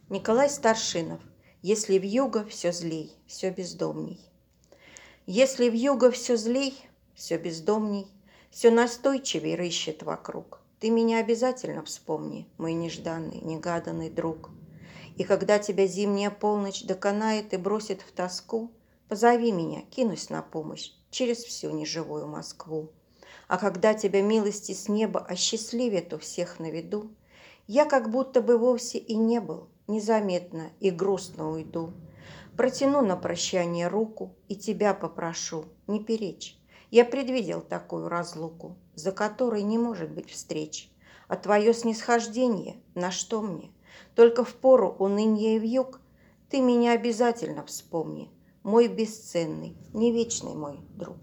Николай Старшинов. Если вьюга, все злей, все бездомней. Если вьюга все злей, все бездомней, все настойчивей рыщет вокруг, ты меня обязательно вспомни, мой нежданный, негаданный друг. И когда тебя зимняя полночь доконает и бросит в тоску, позови меня, кинусь на помощь через всю неживую Москву. А когда тебя милости с неба осчастливит у всех на виду, я как будто бы вовсе и не был, незаметно и грустно уйду. Протяну на прощание руку и тебя попрошу не перечь. Я предвидел такую разлуку, за которой не может быть встреч. А твое снисхождение на что мне? Только в пору уныния и вьюг ты меня обязательно вспомни, мой бесценный, не вечный мой друг.